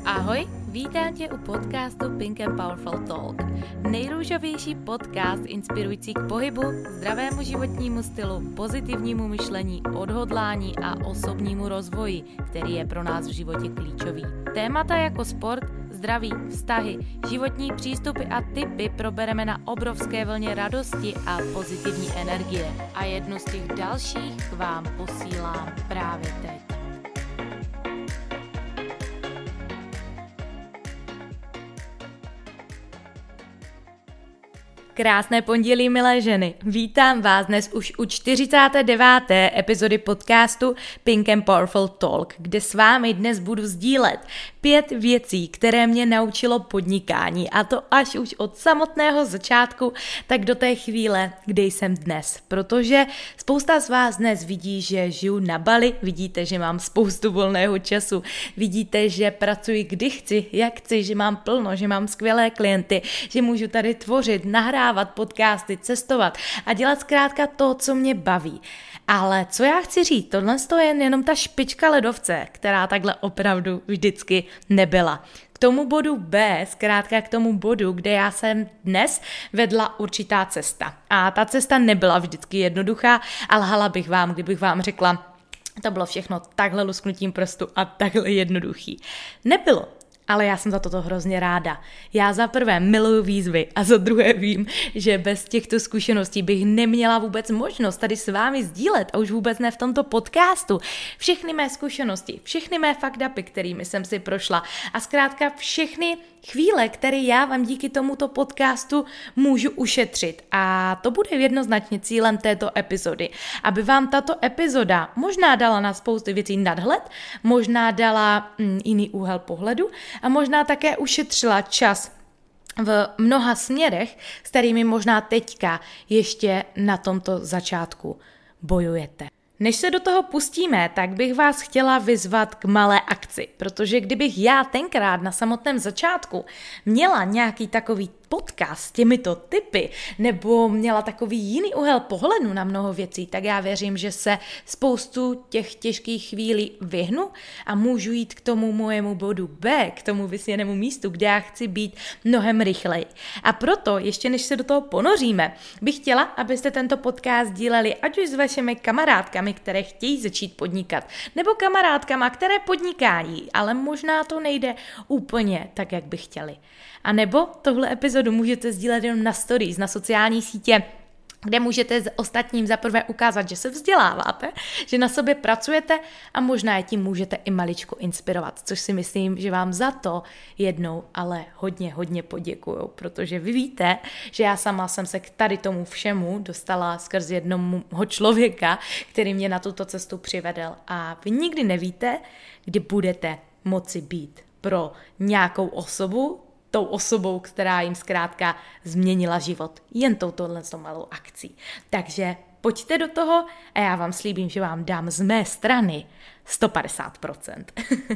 Ahoj, vítám tě u podcastu Pink and Powerful Talk. Nejrůžovější podcast inspirující k pohybu, zdravému životnímu stylu, pozitivnímu myšlení, odhodlání a osobnímu rozvoji, který je pro nás v životě klíčový. Témata jako sport, zdraví, vztahy, životní přístupy a tipy probereme na obrovské vlně radosti a pozitivní energie. A jednu z těch dalších k vám posílám právě teď. Krásné pondělí, milé ženy. Vítám vás dnes už u 49. epizody podcastu Pink and Powerful Talk, kde s vámi dnes budu sdílet 5 věcí, které mě naučilo podnikání, a to až už od samotného začátku, tak do té chvíle, kde jsem dnes. Protože spousta z vás dnes vidí, že žiju na Bali, vidíte, že mám spoustu volného času, vidíte, že pracuji kdy chci, jak chci, že mám plno, že mám skvělé klienty, že můžu tady tvořit, nahrávat podcasty, cestovat a dělat zkrátka to, co mě baví. Ale co já chci říct, tohle je jenom ta špička ledovce, která takhle opravdu vždycky nebyla. K tomu bodu B, zkrátka k tomu bodu, kde já jsem dnes, vedla určitá cesta. A ta cesta nebyla vždycky jednoduchá a lhala bych vám, kdybych vám řekla, to bylo všechno takhle lusknutím prstu a takhle jednoduchý. Nebylo. Ale já jsem za toto hrozně ráda. Já za prvé miluju výzvy a za druhé vím, že bez těchto zkušeností bych neměla vůbec možnost tady s vámi sdílet a už vůbec ne v tomto podcastu. Všechny mé zkušenosti, všechny mé fuck-upy, kterými jsem si prošla a zkrátka všechny chvíle, které já vám díky tomuto podcastu můžu ušetřit. A to bude jednoznačně cílem této epizody. Aby vám tato epizoda možná dala na spoustu věcí nadhled, možná dala jiný úhel pohledu a možná také ušetřila čas v mnoha směrech, s kterými možná teďka ještě na tomto začátku bojujete. Než se do toho pustíme, tak bych vás chtěla vyzvat k malé akci, protože kdybych já tenkrát na samotném začátku měla nějaký takový podcast s těmito tipy nebo měla takový jiný úhel pohledu na mnoho věcí, tak já věřím, že se spoustu těch těžkých chvílí vyhnu a můžu jít k tomu mojemu bodu B, k tomu vysněnému místu, kde já chci být mnohem rychleji. A proto, ještě než se do toho ponoříme, bych chtěla, abyste tento podcast díleli ať už s vašimi kamarádkami, které chtějí začít podnikat, nebo kamarádkama, které podnikají, ale možná to nejde úplně tak, jak by chtěli. A nebo tohle epizodu můžete sdílet jenom na stories, na sociální sítě, kde můžete ostatním zaprvé ukázat, že se vzděláváte, že na sobě pracujete a možná je tím můžete i maličko inspirovat, což si myslím, že vám za to jednou ale hodně poděkuju, protože vy víte, že já sama jsem se k tady tomu všemu dostala skrz jednoho člověka, který mě na tuto cestu přivedl a vy nikdy nevíte, kdy budete moci být pro nějakou osobu, tou osobou, která jim zkrátka změnila život jen touto malou akcí. Takže pojďte do toho a já vám slíbím, že vám dám z mé strany 150%.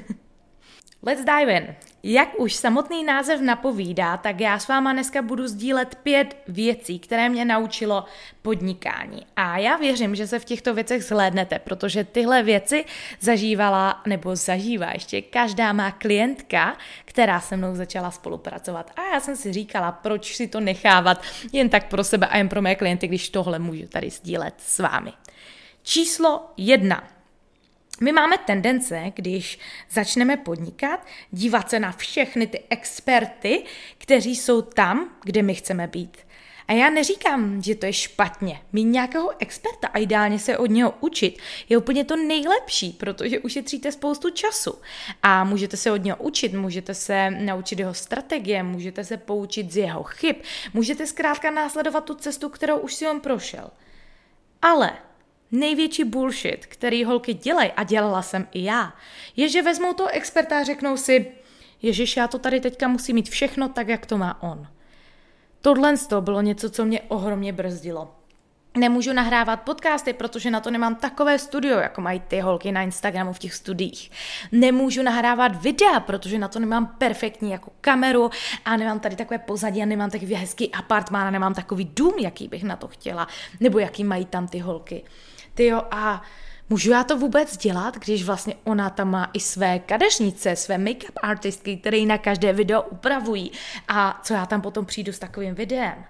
Let's dive in. Jak už samotný název napovídá, tak já s váma dneska budu sdílet 5 věcí, které mě naučilo podnikání. A já věřím, že se v těchto věcech zhlédnete, protože tyhle věci zažívala nebo zažívá ještě každá má klientka, která se mnou začala spolupracovat. A já jsem si říkala, proč si to nechávat jen tak pro sebe a jen pro mé klienty, když tohle můžu tady sdílet s vámi. Číslo 1. My máme tendence, když začneme podnikat, dívat se na všechny ty experty, kteří jsou tam, kde my chceme být. A já neříkám, že to je špatně. Mít nějakého experta a ideálně se od něho učit je úplně to nejlepší, protože ušetříte spoustu času. A můžete se od něho učit, můžete se naučit jeho strategie, můžete se poučit z jeho chyb, můžete zkrátka následovat tu cestu, kterou už si on prošel. Ale největší bullshit, který holky dělají, a dělala jsem i já, je, že vezmou toho experta a řeknou si, ježiš, já to tady teďka musím mít všechno tak, jak to má on. Tohle bylo něco, co mě ohromně brzdilo. Nemůžu nahrávat podcasty, protože na to nemám takové studio, jako mají ty holky na Instagramu v těch studiích. Nemůžu nahrávat videa, protože na to nemám perfektní jako kameru a nemám tady takové pozadí a nemám takový hezký apartmán a nemám takový dům, jaký bych na to chtěla, nebo jaký mají tam ty holky. A můžu já to vůbec dělat, když vlastně ona tam má i své kadeřnice, své make-up artistky, které na každé video upravují a co já tam potom přijdu s takovým videem.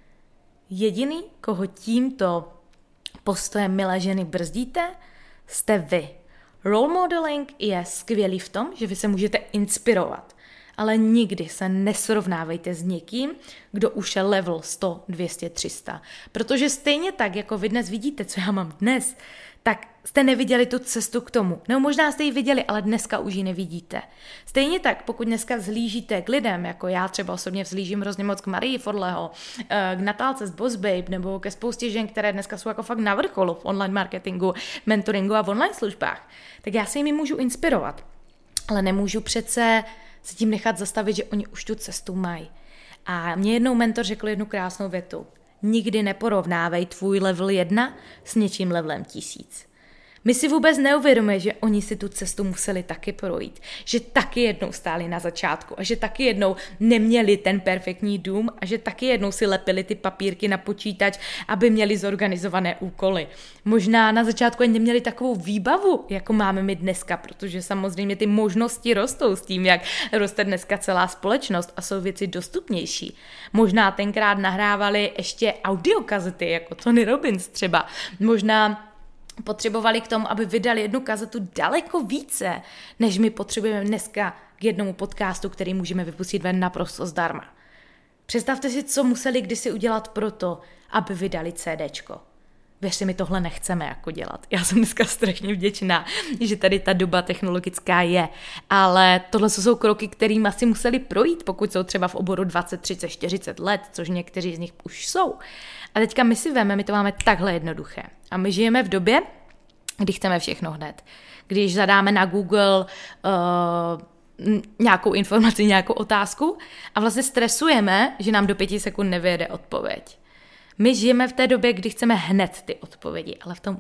Jediný, koho tímto postojem milé ženy brzdíte, jste vy. Role modeling je skvělý v tom, že vy se můžete inspirovat, ale nikdy se nesrovnávejte s někým, kdo už je level 100, 200, 300. Protože stejně tak, jako vy dnes vidíte, co já mám dnes, tak jste neviděli tu cestu k tomu. Nebo možná jste ji viděli, ale dneska už ji nevidíte. Stejně tak, pokud dneska vzhlížíte k lidem, jako já třeba osobně vzhlížím hrozně moc k Marii Forleho, k Natálce z Boss Babe, nebo ke spoustě žen, které dneska jsou jako fakt na vrcholu v online marketingu, mentoringu a v online službách, tak já se jimi můžu inspirovat. Ale nemůžu přece se tím nechat zastavit, že oni už tu cestu mají. A mě jednou mentor řekl jednu krásnou větu. Nikdy neporovnávej tvůj level 1 s něčím levelem 1000. My si vůbec neuvědomujeme, že oni si tu cestu museli taky projít, že taky jednou stáli na začátku a že taky jednou neměli ten perfektní dům a že taky jednou si lepili ty papírky na počítač, aby měli zorganizované úkoly. Možná na začátku ani neměli takovou výbavu, jako máme my dneska, protože samozřejmě ty možnosti rostou s tím, jak roste dneska celá společnost a jsou věci dostupnější. Možná tenkrát nahrávali ještě audiokazety, jako Tony Robbins třeba. Možná potřebovali k tomu, aby vydali jednu kazetu daleko více, než my potřebujeme dneska k jednomu podcastu, který můžeme vypustit ven naprosto zdarma. Představte si, co museli kdysi udělat proto, aby vydali CDčko. Věřte mi, tohle nechceme jako dělat. Já jsem dneska strašně vděčná, že tady ta doba technologická je, ale tohle jsou kroky, kterým asi museli projít, pokud jsou třeba v oboru 20, 30, 40 let, což někteří z nich už jsou. A teďka my to máme takhle jednoduché. A my žijeme v době, kdy chceme všechno hned. Když zadáme na Google nějakou informaci, nějakou otázku a vlastně stresujeme, že nám do 5 sekund nevyjede odpověď. My žijeme v té době, kdy chceme hned ty odpovědi, ale v tom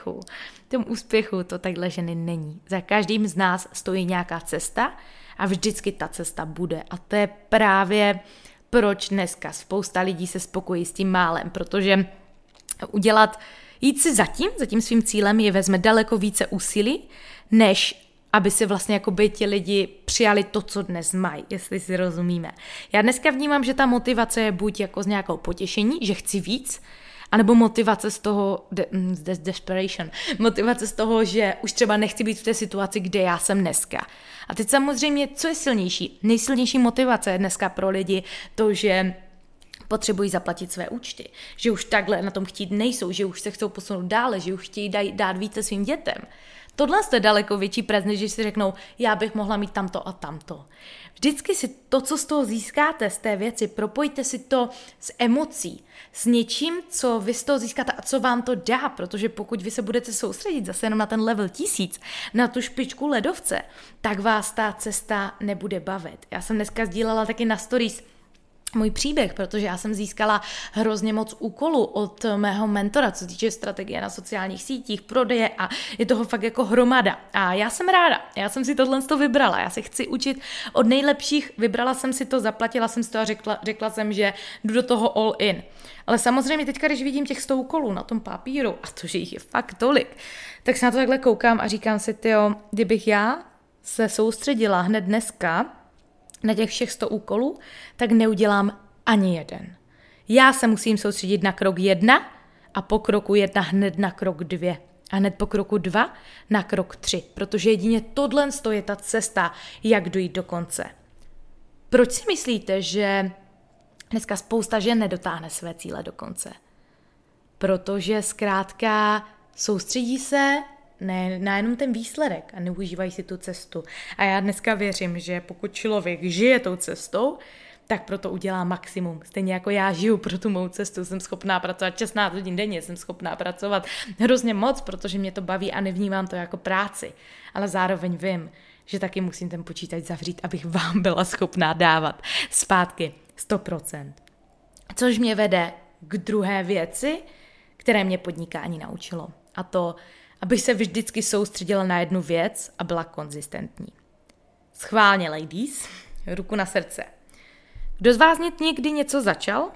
úspěchu to takhle ženy není. Za každým z nás stojí nějaká cesta a vždycky ta cesta bude. A to je právě proč dneska spousta lidí se spokojí s tím málem, protože jít si za tím svým cílem je vezme daleko více úsilí, než aby si vlastně jakoby ti lidi přijali to, co dnes mají, jestli si rozumíme. Já dneska vnímám, že ta motivace je buď jako z nějakého potěšení, že chci víc, anebo motivace z toho, motivace z toho, že už třeba nechci být v té situaci, kde já jsem dneska. A teď samozřejmě, co je silnější? Nejsilnější motivace je dneska pro lidi to, že potřebují zaplatit své účty, že už takhle na tom chtít nejsou, že už se chcou posunout dále, že už chtějí dát více svým dětem. Tohle je daleko větší prez, než když si řeknou, já bych mohla mít tamto a tamto. Vždycky si to, co z toho získáte, z té věci, propojte si to s emocí, s něčím, co vy z toho získáte a co vám to dá, protože pokud vy se budete soustředit zase jenom na ten level 1000, na tu špičku ledovce, tak vás ta cesta nebude bavit. Já jsem dneska sdílela taky na stories můj příběh, protože já jsem získala hrozně moc úkolů od mého mentora, co se týče strategie na sociálních sítích, prodeje a je toho fakt jako hromada. A já jsem ráda, já jsem si tohle vybrala, já se chci učit od nejlepších, vybrala jsem si to, zaplatila jsem si to a řekla jsem, že jdu do toho all in. Ale samozřejmě teďka, když vidím těch 100 úkolů na tom papíru, a to, že jich je fakt tolik, tak se na to takhle koukám a říkám si, tyjo, kdybych já se soustředila hned dneska na těch všech 100 úkolů, tak neudělám ani jeden. Já se musím soustředit na krok 1 a po kroku 1 hned na krok 2 a hned po kroku 2 na krok 3, protože jedině tohle je ta cesta, jak dojít do konce. Proč si myslíte, že dneska spousta žen nedotáhne své cíle do konce? Protože zkrátka soustředí se na jenom ten výsledek a neužívají si tu cestu. A já dneska věřím, že pokud člověk žije tou cestou, tak proto udělá maximum. Stejně jako já žiju pro tu mou cestu, jsem schopná pracovat 16 hodin denně, jsem schopná pracovat hrozně moc, protože mě to baví a nevnímám to jako práci. Ale zároveň vím, že taky musím ten počítač zavřít, abych vám byla schopná dávat zpátky 100%. Což mě vede k druhé věci, které mě podnikání naučilo. A to, abych se vždycky soustředila na jednu věc a byla konzistentní. Schválně, ladies, ruku na srdce. Kdo z vás někdy něco začal?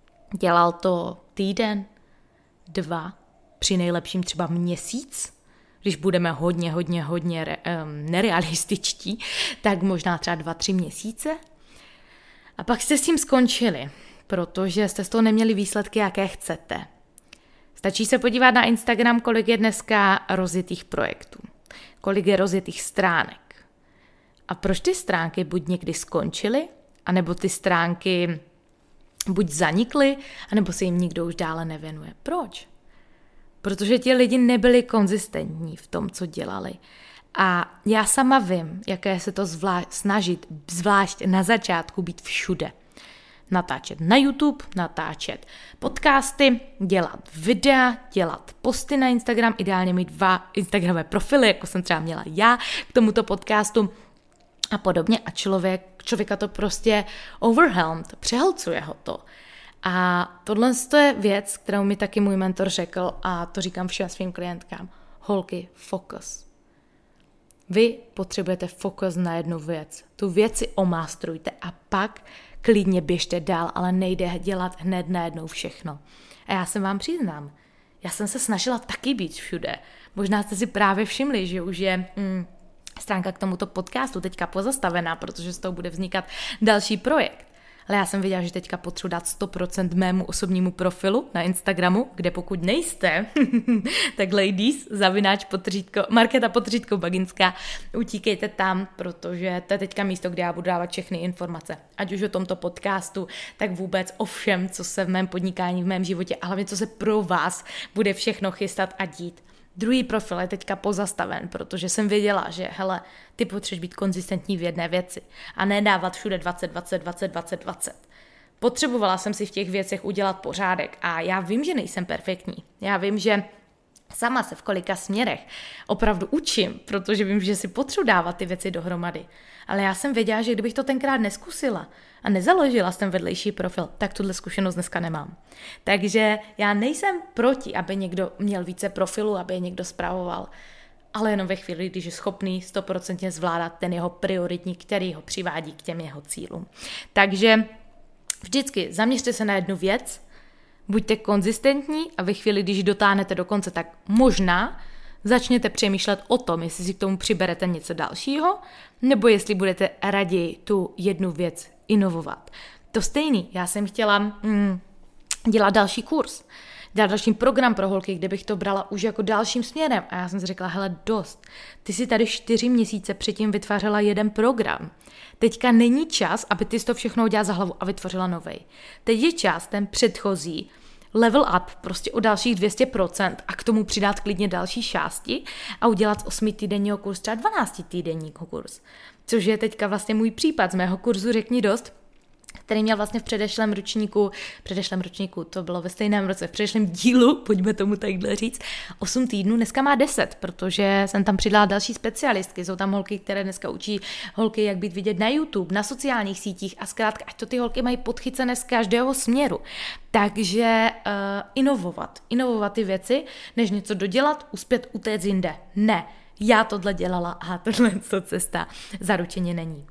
Dělal to týden, 2, při nejlepším třeba měsíc? když budeme hodně nerealističtí, tak možná třeba 2-3 měsíce. A pak jste s tím skončili, protože jste z toho neměli výsledky, jaké chcete. Stačí se podívat na Instagram, kolik je dneska rozjetých projektů, kolik je rozjetých stránek. A proč ty stránky buď někdy skončily, anebo ty stránky buď zanikly, anebo se jim nikdo už dále nevěnuje. Proč? Protože ti lidi nebyli konzistentní v tom, co dělali. A já sama vím, jaké se to snažit, zvlášť na začátku, být všude. Natáčet na YouTube, natáčet podcasty, dělat videa, dělat posty na Instagram, ideálně mít 2 Instagramové profily, jako jsem třeba měla já k tomuto podcastu a podobně. A člověka to prostě overwhelmed, přehlcuje ho to. A tohle je věc, kterou mi taky můj mentor řekl a to říkám všem svým klientkám. Holky, focus. Vy potřebujete fokus na jednu věc. Tu věc si omástrujte a pak klidně běžte dál, ale nejde dělat hned najednou všechno. A já se vám přiznám, já jsem se snažila taky být všude. Možná jste si právě všimli, že už je stránka k tomuto podcastu teďka pozastavená, protože z toho bude vznikat další projekt. Ale já jsem věděla, že teďka potřebuji dát 100% mému osobnímu profilu na Instagramu, kde pokud nejste, tak ladies, Markéta_Baginská, utíkejte tam, protože to je teďka místo, kde já budu dávat všechny informace. Ať už o tomto podcastu, tak vůbec o všem, co se v mém podnikání, v mém životě, a hlavně co se pro vás bude všechno chystat a dít. Druhý profil je teďka pozastaven, protože jsem věděla, že hele, ty potřebuješ být konzistentní v jedné věci a nedávat všude 20. Potřebovala jsem si v těch věcech udělat pořádek a já vím, že nejsem perfektní. Já vím, že sama se v kolika směrech opravdu učím, protože vím, že si potřebuji dávat ty věci dohromady. Ale já jsem věděla, že kdybych to tenkrát neskusila a nezaložila jsem vedlejší profil, tak tuhle zkušenost dneska nemám. Takže já nejsem proti, aby někdo měl více profilů, aby je někdo spravoval, ale jenom ve chvíli, když je schopný 100% zvládat ten jeho prioritní, který ho přivádí k těm jeho cílům. Takže vždycky zaměřte se na jednu věc, buďte konzistentní a ve chvíli, když dotáhnete do konce, tak možná začněte přemýšlet o tom, jestli si k tomu přiberete něco dalšího, nebo jestli budete raději tu jednu věc inovovat. To stejný, já jsem chtěla dělat další kurz, dělat další program pro holky, kde bych to brala už jako dalším směrem. A já jsem si řekla, hele, dost. Ty si tady 4 měsíce předtím vytvářela jeden program. Teďka není čas, aby ty to všechno udělala za hlavu a vytvořila novej. Teď je čas ten předchozí level up prostě o dalších 200% a k tomu přidat klidně další části a udělat 8týdenního kurz, třeba 12týdenní kurz. Což je teďka vlastně můj případ z mého kurzu Řekni dost, který měl vlastně v předešlém ročníku, to bylo ve stejném roce, v předešlém dílu, pojďme tomu takhle říct, 8 týdnů, dneska má 10, protože jsem tam přidala další specialistky, jsou tam holky, které dneska učí holky, jak být vidět na YouTube, na sociálních sítích a zkrátka, ať to ty holky mají podchycené z každého směru. Takže inovovat ty věci, než něco dodělat, uspět, utéct jinde. Ne, já tohle dělala a tohle cesta zaručeně není.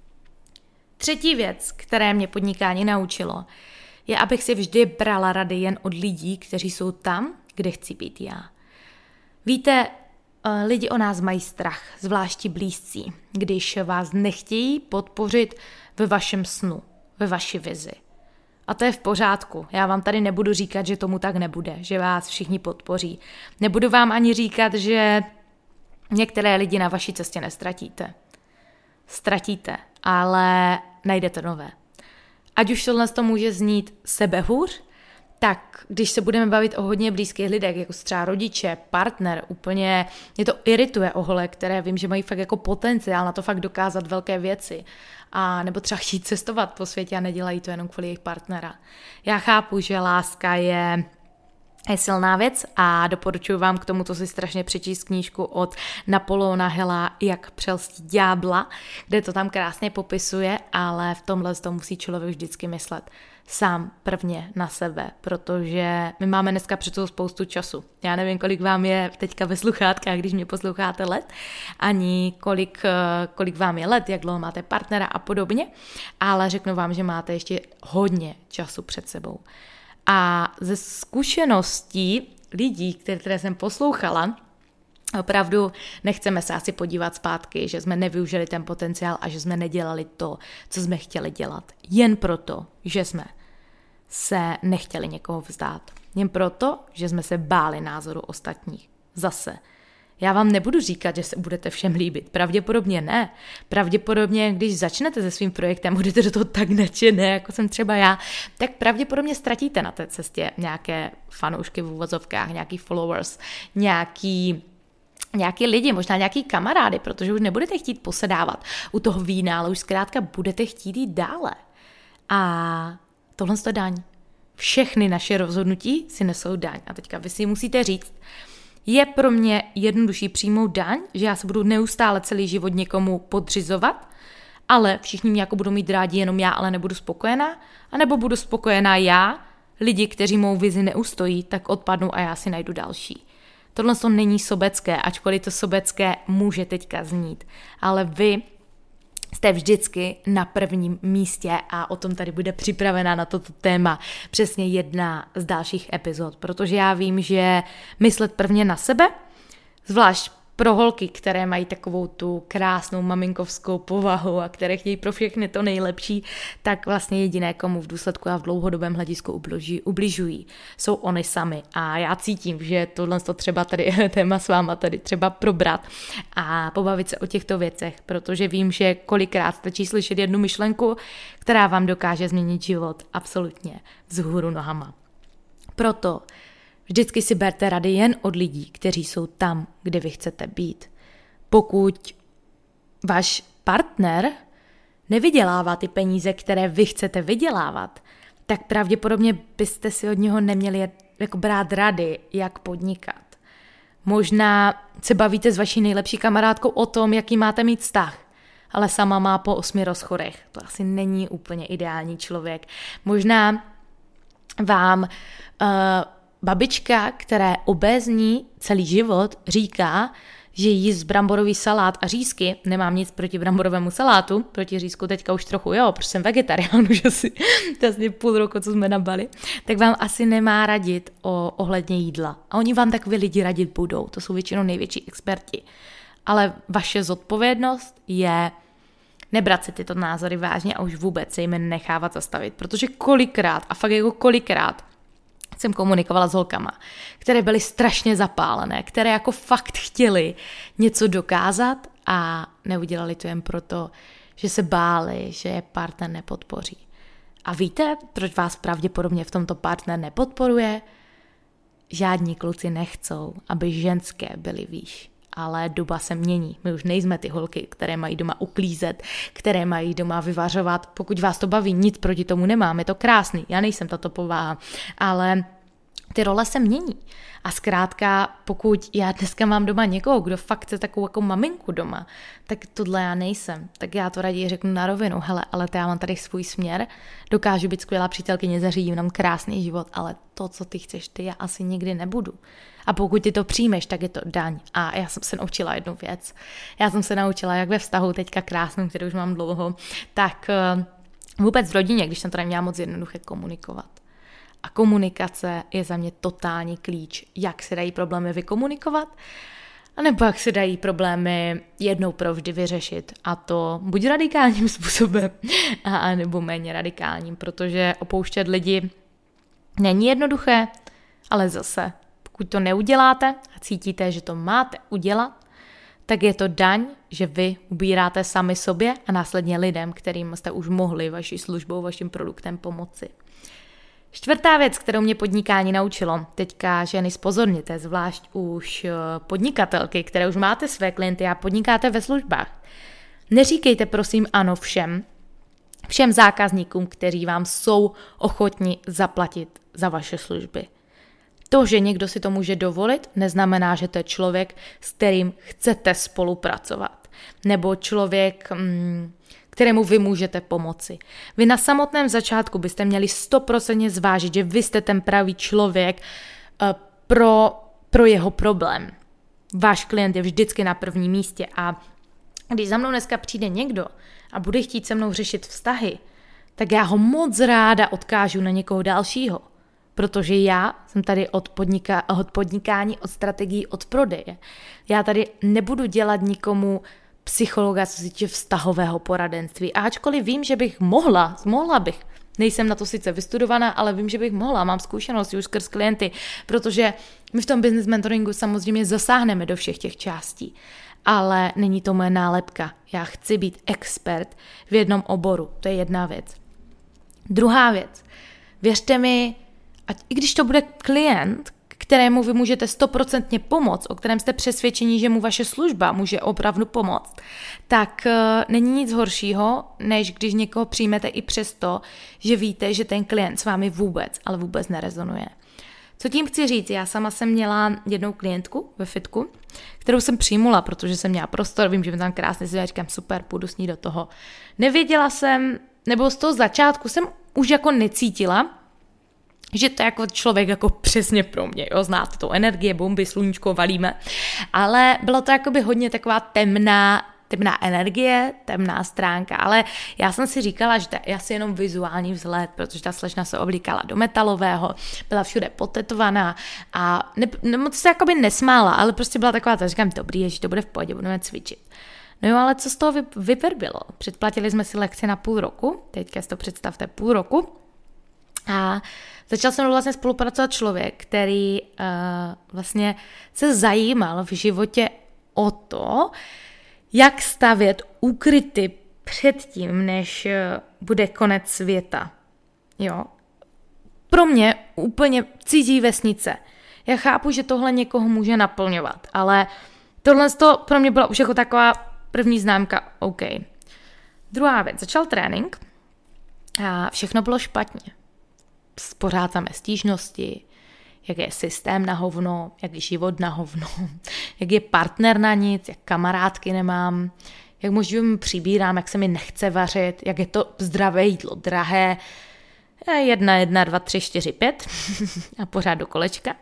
Třetí věc, které mě podnikání naučilo, je, abych si vždy brala rady jen od lidí, kteří jsou tam, kde chci být já. Víte, lidi o nás mají strach, zvláště blízcí, když vás nechtějí podpořit ve vašem snu, ve vaší vizi. A to je v pořádku. Já vám tady nebudu říkat, že tomu tak nebude, že vás všichni podpoří. Nebudu vám ani říkat, že některé lidi na vaší cestě nestratíte. Stratíte, ale najdete nové. Ať už tohle to může znít sebehůř, tak když se budeme bavit o hodně blízkých lidech, jako třeba rodiče, partner, úplně mě to irituje o holek, které vím, že mají fakt jako potenciál na to fakt dokázat velké věci. A nebo třeba chtít cestovat po světě a nedělají to jenom kvůli jejich partnera. Já chápu, že láska je silná věc a doporučuji vám k tomu, si strašně přečíst knížku od Napoleona Hilla Jak přelstit ďábla, kde to tam krásně popisuje, ale v tomhle to musí člověk vždycky myslet sám prvně na sebe, protože my máme dneska před sebou spoustu času. Já nevím, kolik vám je teďka ve sluchátkách, když mě posloucháte let, ani kolik vám je let, jak dlouho máte partnera a podobně, ale řeknu vám, že máte ještě hodně času před sebou. A ze zkušeností lidí, které jsem poslouchala, Opravdu nechceme se asi podívat zpátky, že jsme nevyužili ten potenciál a že jsme nedělali to, co jsme chtěli dělat. Jen proto, že jsme se nechtěli někoho vzdát. Jen proto, že jsme se báli názoru ostatních. Zase. Já vám nebudu říkat, že se budete všem líbit. Pravděpodobně ne. Pravděpodobně, když začnete se svým projektem, budete do toho tak nadšené, jako jsem třeba já, tak pravděpodobně ztratíte na té cestě nějaké fanoušky v uvozovkách, nějaký followers, nějaký lidi, možná nějaký kamarády, protože už nebudete chtít posedávat u toho vína, ale už zkrátka budete chtít jít dále. A tohle je daň. Všechny naše rozhodnutí si nesou daň. A teďka vy si musíte říct, je pro mě jednodušší přijmout daň, že já se budu neustále celý život někomu podřizovat, ale všichni mě jako budou mít rádi jenom já, ale nebudu spokojená, anebo budu spokojená já, lidi, kteří mou vizi neustojí, tak odpadnou a já si najdu další. Tohle to není sobecké, ačkoliv to sobecké může teďka znít, ale vy jste vždycky na prvním místě a o tom tady bude připravená na toto téma přesně jedna z dalších epizod, protože já vím, že myslet prvně na sebe, zvlášť pro holky, které mají takovou tu krásnou maminkovskou povahu a které chtějí pro všechny to nejlepší, tak vlastně jediné, komu v důsledku a v dlouhodobém hledisku ubližují, jsou oni sami. A já cítím, že tohle to třeba tady téma s váma tady třeba probrat a pobavit se o těchto věcech, protože vím, že kolikrát stačí slyšet jednu myšlenku, která vám dokáže změnit život absolutně vzhůru nohama. Proto vždycky si berte rady jen od lidí, kteří jsou tam, kde vy chcete být. Pokud váš partner nevydělává ty peníze, které vy chcete vydělávat, tak pravděpodobně byste si od něho neměli jako brát rady, jak podnikat. Možná se bavíte s vaší nejlepší kamarádkou o tom, jaký máte mít vztah, ale sama má po 8 rozchodech. To asi není úplně ideální člověk. Možná vám babička, která je obézní celý život, říká, že jíst bramborový salát a řízky, nemám nic proti bramborovému salátu, proti řízku teďka už trochu, protože jsem vegetarián už asi vlastně půl roku, co jsme na Bali, tak vám asi nemá radit ohledně jídla. A oni vám takový lidi radit budou, to jsou většinou největší experti. Ale vaše zodpovědnost je nebrat si tyto názory vážně a už vůbec se jim nechávat zastavit, protože kolikrát, a fakt jako kolikrát, jsem komunikovala s holkama, které byly strašně zapálené, které jako fakt chtěli něco dokázat a neudělali to jen proto, že se báli, že je partner nepodpoří. A víte, proč vás pravděpodobně v tomto partner nepodporuje? Žádní kluci nechcou, aby ženské byly výš. Ale doba se mění. My už nejsme ty holky, které mají doma uklízet, které mají doma vyvařovat. Pokud vás to baví, nic proti tomu nemám, je to krásný. Já nejsem tato povaha, ale ty role se mění. A zkrátka, pokud já dneska mám doma někoho, kdo fakt chce takovou jako maminku doma, tak tohle já nejsem. Tak já to raději řeknu na rovinu, hele, ale já mám tady svůj směr, dokážu být skvělá přítelkyně, zařídím nám krásný život, ale to, co ty chceš, ty já asi nikdy nebudu. A pokud ty to přijmeš, tak je to daň. A já jsem se naučila jednu věc. Já jsem se naučila, jak ve vztahu teďka krásným, který už mám dlouho, tak vůbec v rodině, když jsem to neměla moc jednoduché komunikovat. A komunikace je za mě totální klíč, jak se dají problémy vykomunikovat, anebo jak se dají problémy jednou provždy vyřešit. A to buď radikálním způsobem, anebo méně radikálním, protože opouštět lidi není jednoduché, ale zase, pokud to neuděláte a cítíte, že to máte udělat, tak je to daň, že vy ubíráte sami sobě a následně lidem, kterým jste už mohli vaší službou, vaším produktem pomoci. Čtvrtá věc, kterou mě podnikání naučilo, teďka ženy zpozorněte, zvlášť už podnikatelky, které už máte své klienty a podnikáte ve službách. Neříkejte prosím ano všem zákazníkům, kteří vám jsou ochotni zaplatit za vaše služby. To, že někdo si to může dovolit, neznamená, že to je člověk, s kterým chcete spolupracovat. Nebo člověk, kterému vy můžete pomoci. Vy na samotném začátku byste měli 100% zvážit, že vy jste ten pravý člověk pro jeho problém. Váš klient je vždycky na prvním místě a když za mnou dneska přijde někdo a bude chtít se mnou řešit vztahy, tak já ho moc ráda odkážu na někoho dalšího. protože já jsem tady od podnikání, od strategií, od prodeje. Já tady nebudu dělat nikomu psychologa, co se týče vztahového poradenství. A ačkoliv vím, že bych mohla bych. Nejsem na to sice vystudovaná, ale vím, že bych mohla. Mám zkušenosti už skrz klienty, protože my v tom business mentoringu samozřejmě zasáhneme do všech těch částí. Ale není to moje nálepka. Já chci být expert v jednom oboru. To je jedna věc. Druhá věc. Věřte mi, i když to bude klient, kterému vy můžete 100% pomoct, o kterém jste přesvědčení, že mu vaše služba může opravdu pomoct, tak není nic horšího, než když někoho přijmete i přesto, že víte, že ten klient s vámi vůbec nerezonuje. Co tím chci říct? Já sama jsem měla jednou klientku ve fitku, kterou jsem přijmula, protože jsem měla prostor, vím, že mi tam krásně si říkám, super, půjdu s ní do toho. Nevěděla jsem, nebo z toho začátku jsem už jako necítila, že to je jako člověk jako přesně pro mě, jo, znáte to, energie, bomby, sluníčko, valíme, ale bylo to jakoby hodně taková temná energie, temná stránka, ale já jsem si říkala, že to je asi jenom vizuální vzhled, protože ta slečna se oblíkala do metalového, byla všude potetovaná a moc se jakoby nesmála, ale prostě byla taková, tak říkám, dobrý, že to bude v pohodě, budeme cvičit. No jo, ale co z toho vyprbilo? Předplatili jsme si lekci na půl roku, teďka si to představte, půl roku, a začal jsem vlastně spolupracovat člověk, který vlastně se zajímal v životě o to, jak stavět úkryty před tím, než bude konec světa. Jo. Pro mě úplně cizí vesnice. Já chápu, že tohle někoho může naplňovat, ale tohle pro mě byla už jako taková první známka, OK. Druhá věc, začal trénink a všechno bylo špatně. Pořád samé stížnosti, jak je systém na hovno, jak je život na hovno, jak je partner na nic, jak kamarádky nemám, jak možná přibírám, jak se mi nechce vařit, jak je to zdravé jídlo drahé, 1, 2, 3, 4, 5 a pořád do kolečka.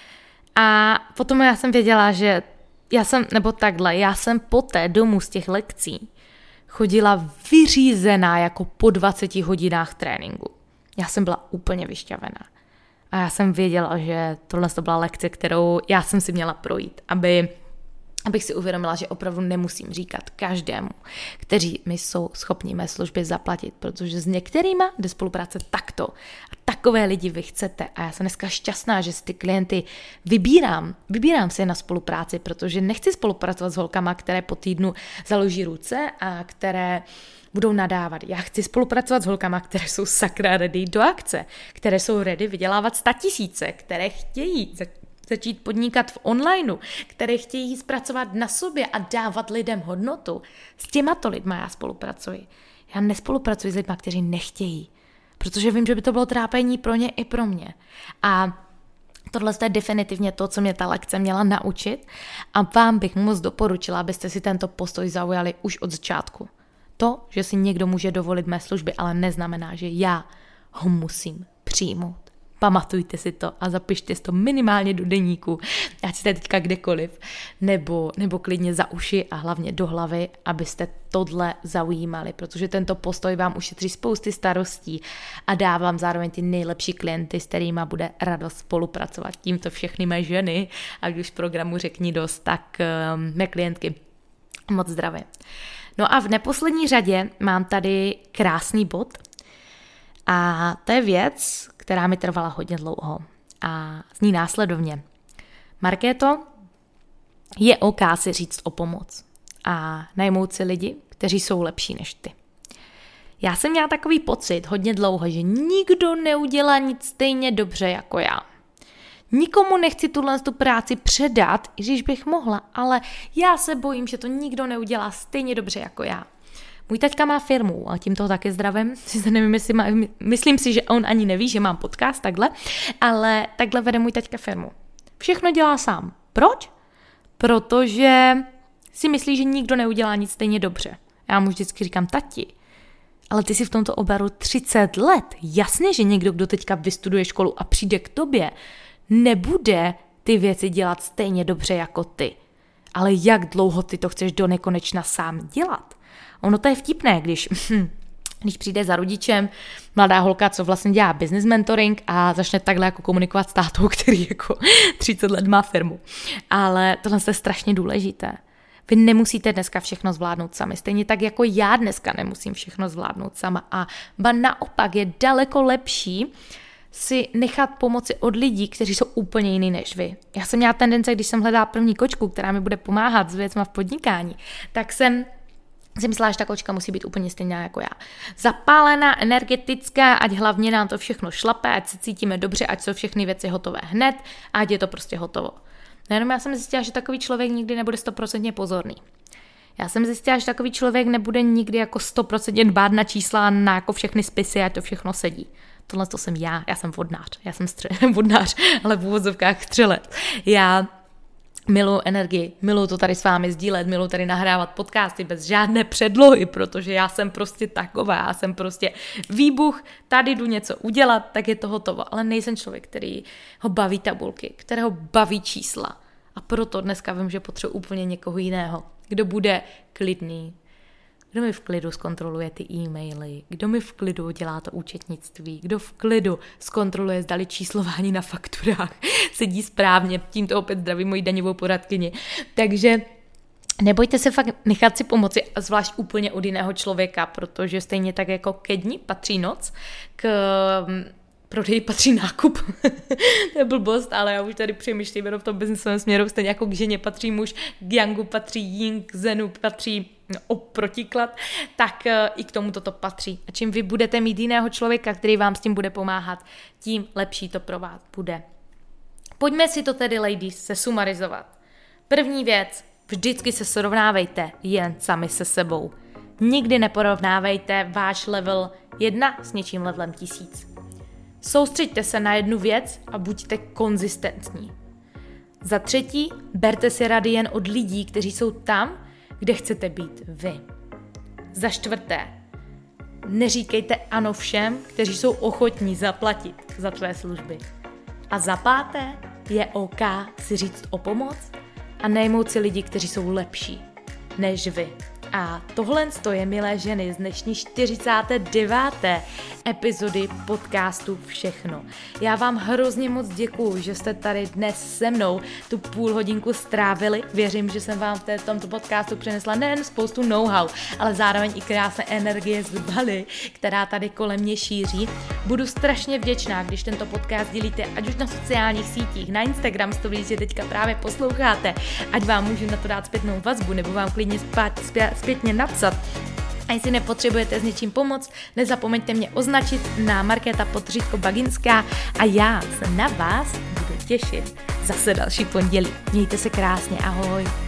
A potom já jsem věděla, že já jsem poté domů z těch lekcí chodila vyřízená jako po 20 hodinách tréninku. Já jsem byla úplně vyšťavená. A já jsem věděla, že tohle to byla lekce, kterou já jsem si měla projít, abych si uvědomila, že opravdu nemusím říkat každému, kteří mi jsou schopni mé služby zaplatit, protože s některýma jde spolupráce takto. A takové lidi vy chcete. A já jsem dneska šťastná, že si ty klienty vybírám si je na spolupráci, protože nechci spolupracovat s holkama, které po týdnu založí ruce a které budou nadávat. Já chci spolupracovat s holkama, které jsou sakra ready do akce, které jsou ready vydělávat 100 000, které chtějí začít podnikat v onlineu, které chtějí zpracovat na sobě a dávat lidem hodnotu. S těmato lidma já spolupracuji. Já nespolupracuji s lidma, kteří nechtějí, protože vím, že by to bylo trápení pro ně i pro mě. A tohle je definitivně to, co mě ta lekce měla naučit a vám bych moc doporučila, abyste si tento postoj zaujali už od začátku. To, že si někdo může dovolit mé služby, ale neznamená, že já ho musím přijmout. Pamatujte si to a zapište si to minimálně do deníku, ať jste teďka kdekoliv, nebo klidně za uši a hlavně do hlavy, abyste tohle zaujímali, protože tento postoj vám ušetří spousty starostí a dá vám zároveň ty nejlepší klienty, s kterými bude radost spolupracovat. Tímto všechny mé ženy, a když v programu Řekni dost, tak mé klientky moc zdravě. No a v neposlední řadě mám tady krásný bod a to je věc, která mi trvala hodně dlouho a zní následovně. Markéto, je OK si říct o pomoc a najmout si lidi, kteří jsou lepší než ty. Já jsem měla takový pocit hodně dlouho, že nikdo neudělá nic stejně dobře jako já. Nikomu nechci tu práci předat, i když bych mohla, ale já se bojím, že to nikdo neudělá stejně dobře jako já. Můj taťka má firmu a tím toho taky zdravím. Myslím si, že on ani neví, že mám podcast takhle, ale takhle vede můj taťka firmu. Všechno dělá sám. Proč? Protože si myslí, že nikdo neudělá nic stejně dobře. Já mu vždycky říkám, tati, ale ty jsi v tomto oboru 30 let. Jasně, že někdo, kdo teďka vystuduje školu a přijde k tobě, nebude ty věci dělat stejně dobře jako ty. Ale jak dlouho ty to chceš do nekonečna sám dělat? Ono to je vtipné, když když přijde za rodičem mladá holka, co vlastně dělá business mentoring a začne takhle jako komunikovat s tátou, který jako 30 let má firmu. Ale tohle je strašně důležité. Vy nemusíte dneska všechno zvládnout sami. Stejně tak jako já dneska nemusím všechno zvládnout sama. A ba naopak je daleko lepší si nechat pomoci od lidí, kteří jsou úplně jiný než vy. Já jsem měla tendence, když jsem hledala první kočku, která mi bude pomáhat s věcma v podnikání, tak jsem si myslela, že ta kočka musí být úplně stejná jako já. Zapálená, energetická, ať hlavně nám to všechno šlape, ať se cítíme dobře, ať jsou všechny věci hotové hned a ať je to prostě hotovo. Nejenom já jsem zjistila, že takový člověk nikdy nebude 100% pozorný. Já jsem zjistila, že takový člověk nebude nikdy jako 100% dbát na čísla, na jako všechny spisy, ať to všechno sedí. Tohle to jsem já jsem vodnář, já jsem vodnář, ale v úvozovkách střelec. Já miluji energii, miluji to tady s vámi sdílet, miluji tady nahrávat podcasty bez žádné předlohy, protože já jsem prostě taková, já jsem prostě výbuch, tady jdu něco udělat, tak je to hotovo, ale nejsem člověk, který ho baví tabulky, kterého baví čísla a proto dneska vím, že potřebuji úplně někoho jiného, kdo bude klidný, kdo mi v klidu zkontroluje ty e-maily, kdo mi v klidu dělá to účetnictví, kdo v klidu zkontroluje, zdali číslování na fakturách sedí správně, tímto opět zdravím moji daňovou poradkyni. Takže nebojte se fakt nechat si pomoci, zvlášť úplně od jiného člověka, protože stejně tak jako ke dni patří noc, k prodeji patří nákup. To je blbost, ale já už tady přemýšlím jenom v tom biznesovém směru, stejně jako k ženě patří muž, k Yangu patří yin, k Zenu patří protiklad, tak i k tomu toto patří. A čím vy budete mít jiného člověka, který vám s tím bude pomáhat, tím lepší to pro vás bude. Pojďme si to tedy, ladies, sesumarizovat. První věc, vždycky se srovnávejte jen sami se sebou. Nikdy neporovnávejte váš level 1 s něčím levelem 1000. Soustřeďte se na jednu věc a buďte konzistentní. Za třetí, berte si rady jen od lidí, kteří jsou tam, kde chcete být vy. Za čtvrté, neříkejte ano všem, kteří jsou ochotní zaplatit za tvé služby. A za páté, je OK si říct o pomoc a najmout si lidi, kteří jsou lepší než vy. A tohle je, milé ženy, z dnešní 49. epizody podcastu Všechno. Já vám hrozně moc děkuju, že jste tady dnes se mnou tu půl hodinku strávili. Věřím, že jsem vám v tomto podcastu přinesla nejen spoustu know-how, ale zároveň i krásné energie z Bali, která tady kolem mě šíří. Budu strašně vděčná, když tento podcast dělíte, ať už na sociálních sítích, na Instagram stories, že teďka právě posloucháte, ať vám můžu na to dát zpětnou vazbu, nebo vám klidně zpětně napsat. A jestli nepotřebujete s něčím pomoct, nezapomeňte mě označit na Markéta_Baginská a já se na vás budu těšit zase další pondělí. Mějte se krásně, ahoj.